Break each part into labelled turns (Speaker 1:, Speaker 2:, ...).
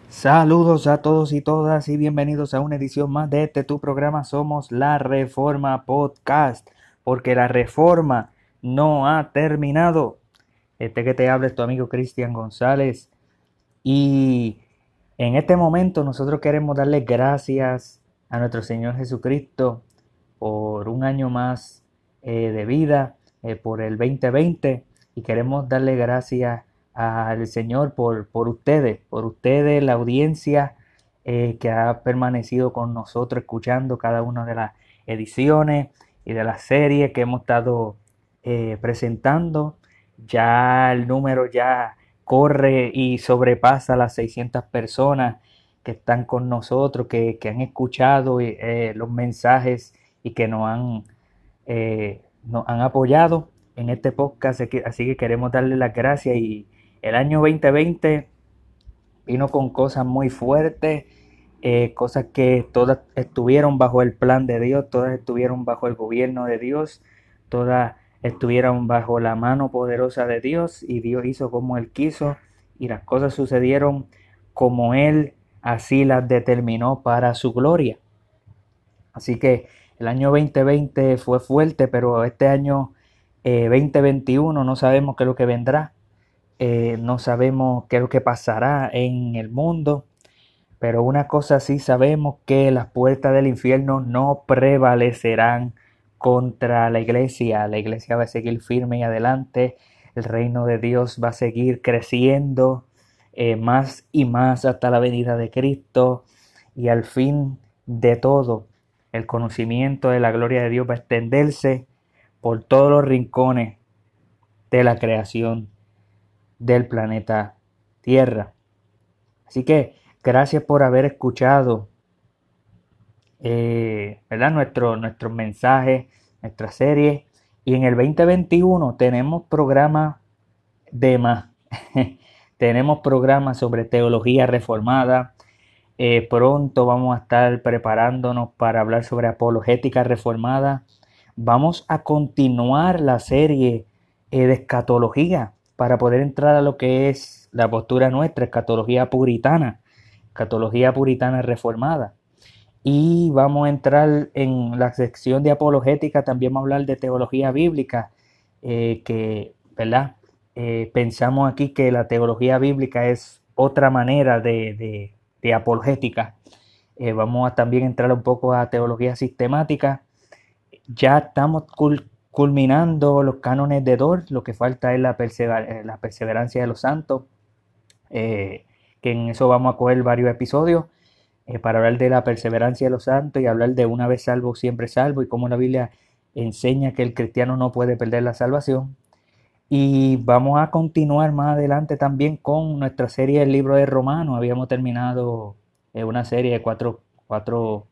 Speaker 1: Saludos a todos y todas y bienvenidos a una edición más de tu programa. Somos La Reforma Podcast, porque la reforma no ha terminado. Este que te habla es tu amigo Cristian González y en este momento nosotros queremos darle gracias a nuestro Señor Jesucristo por un año más de vida, por el 2020, y queremos darle gracias al Señor por ustedes, la audiencia que ha permanecido con nosotros escuchando cada una de las ediciones y de las series que hemos estado presentando. Ya el número ya corre y sobrepasa las 600 personas que están con nosotros, que han escuchado los mensajes y que nos han apoyado en este podcast. Así que queremos darle las gracias. Y el año 2020 vino con cosas muy fuertes, cosas que todas estuvieron bajo el plan de Dios, todas estuvieron bajo el gobierno de Dios, todas estuvieron bajo la mano poderosa de Dios, y Dios hizo como Él quiso y las cosas sucedieron como Él así las determinó para su gloria. Así que el año 2020 fue fuerte, pero este año 2021 no sabemos qué es lo que vendrá, no sabemos qué es lo que pasará en el mundo, pero una cosa sí sabemos, que las puertas del infierno no prevalecerán contra la iglesia. La iglesia va a seguir firme y adelante, el reino de Dios va a seguir creciendo más y más hasta la venida de Cristo, y al fin de todo, el conocimiento de la gloria de Dios va a extenderse por todos los rincones de la creación del planeta Tierra. Así que gracias por haber escuchado ¿verdad? Nuestros mensajes, nuestra serie. Y en el 2021 tenemos programas de más. Tenemos programas sobre teología reformada. Pronto vamos a estar preparándonos para hablar sobre apologética reformada. Vamos a continuar la serie de escatología para poder entrar a lo que es la postura nuestra, escatología puritana reformada. Y vamos a entrar en la sección de apologética, también vamos a hablar de teología bíblica, ¿verdad? Pensamos aquí que la teología bíblica es otra manera de apologética. Vamos a también entrar un poco a teología sistemática. Ya estamos culminando los cánones de Dort, lo que falta es la perseverancia de los santos, que en eso vamos a coger varios episodios para hablar de la perseverancia de los santos y hablar de una vez salvo, siempre salvo, y cómo la Biblia enseña que el cristiano no puede perder la salvación. Y vamos a continuar más adelante también con nuestra serie del libro de Romanos. Habíamos terminado una serie de cuatro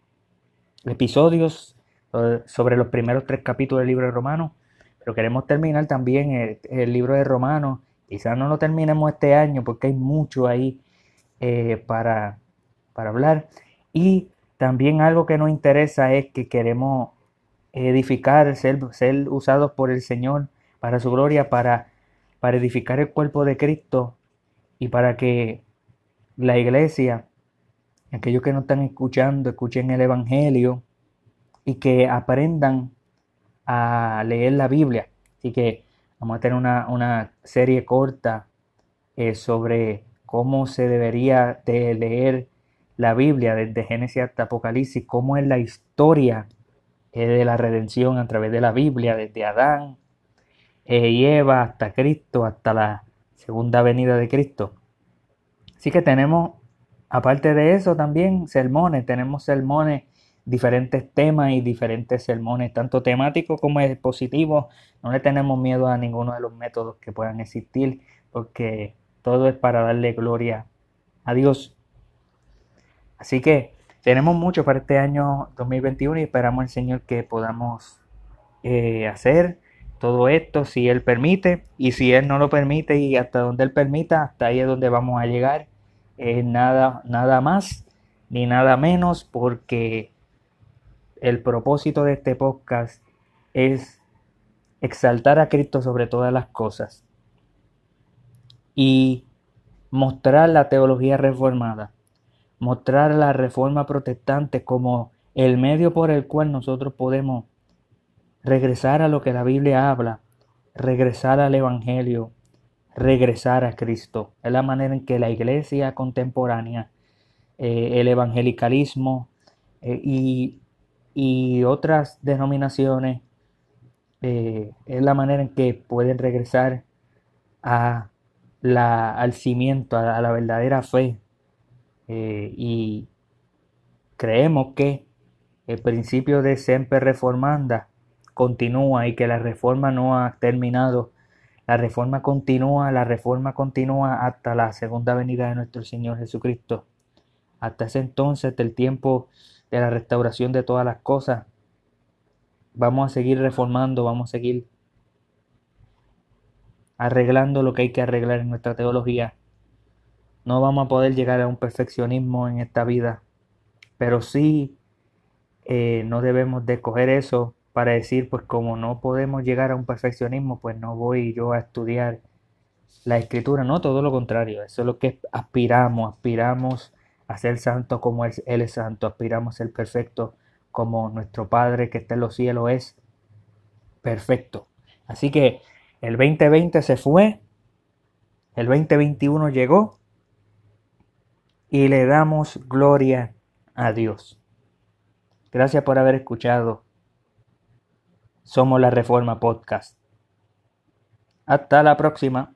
Speaker 1: episodios sobre los primeros tres capítulos del libro de Romanos, pero queremos terminar también el libro de Romanos. Quizás no lo terminemos este año porque hay mucho ahí para hablar. Y también algo que nos interesa es que queremos edificar, ser usados por el Señor para su gloria, para edificar el cuerpo de Cristo, y para que la iglesia, aquellos que no están escuchando, escuchen el Evangelio y que aprendan a leer la Biblia. Así que vamos a tener una serie corta sobre cómo se debería de leer la Biblia desde Génesis hasta Apocalipsis, cómo es la historia de la redención a través de la Biblia, desde Adán y Eva hasta Cristo, hasta la segunda venida de Cristo. Así que tenemos, aparte de eso, también sermones. Tenemos sermones, diferentes temas y diferentes sermones, tanto temáticos como expositivos. No le tenemos miedo a ninguno de los métodos que puedan existir, porque todo es para darle gloria a Dios. Así que tenemos mucho para este año 2021 y esperamos al Señor que podamos hacer todo esto si Él permite, y si Él no lo permite y hasta donde Él permita, hasta ahí es donde vamos a llegar. Nada más ni nada menos, porque el propósito de este podcast es exaltar a Cristo sobre todas las cosas y mostrar la teología reformada, mostrar la reforma protestante como el medio por el cual nosotros podemos regresar a lo que la Biblia habla, regresar al Evangelio, regresar a Cristo. Es la manera en que la iglesia contemporánea, el evangelicalismo y otras denominaciones, es la manera en que pueden regresar a al cimiento, a la verdadera fe. Y creemos que el principio de Semper Reformanda continúa y que la reforma no ha terminado. La reforma continúa hasta la segunda venida de nuestro Señor Jesucristo. Hasta ese entonces, del tiempo de la restauración de todas las cosas, vamos a seguir reformando, vamos a seguir arreglando lo que hay que arreglar en nuestra teología. No vamos a poder llegar a un perfeccionismo en esta vida, pero sí no debemos de coger eso para decir, pues como no podemos llegar a un perfeccionismo, pues no voy yo a estudiar la escritura. No, todo lo contrario, eso es lo que aspiramos a ser santos como Él es santo, aspiramos a ser perfectos como nuestro Padre que está en los cielos es perfecto. Así que el 2020 se fue, el 2021 llegó y le damos gloria a Dios. Gracias por haber escuchado. Somos la Reforma Podcast. Hasta la próxima.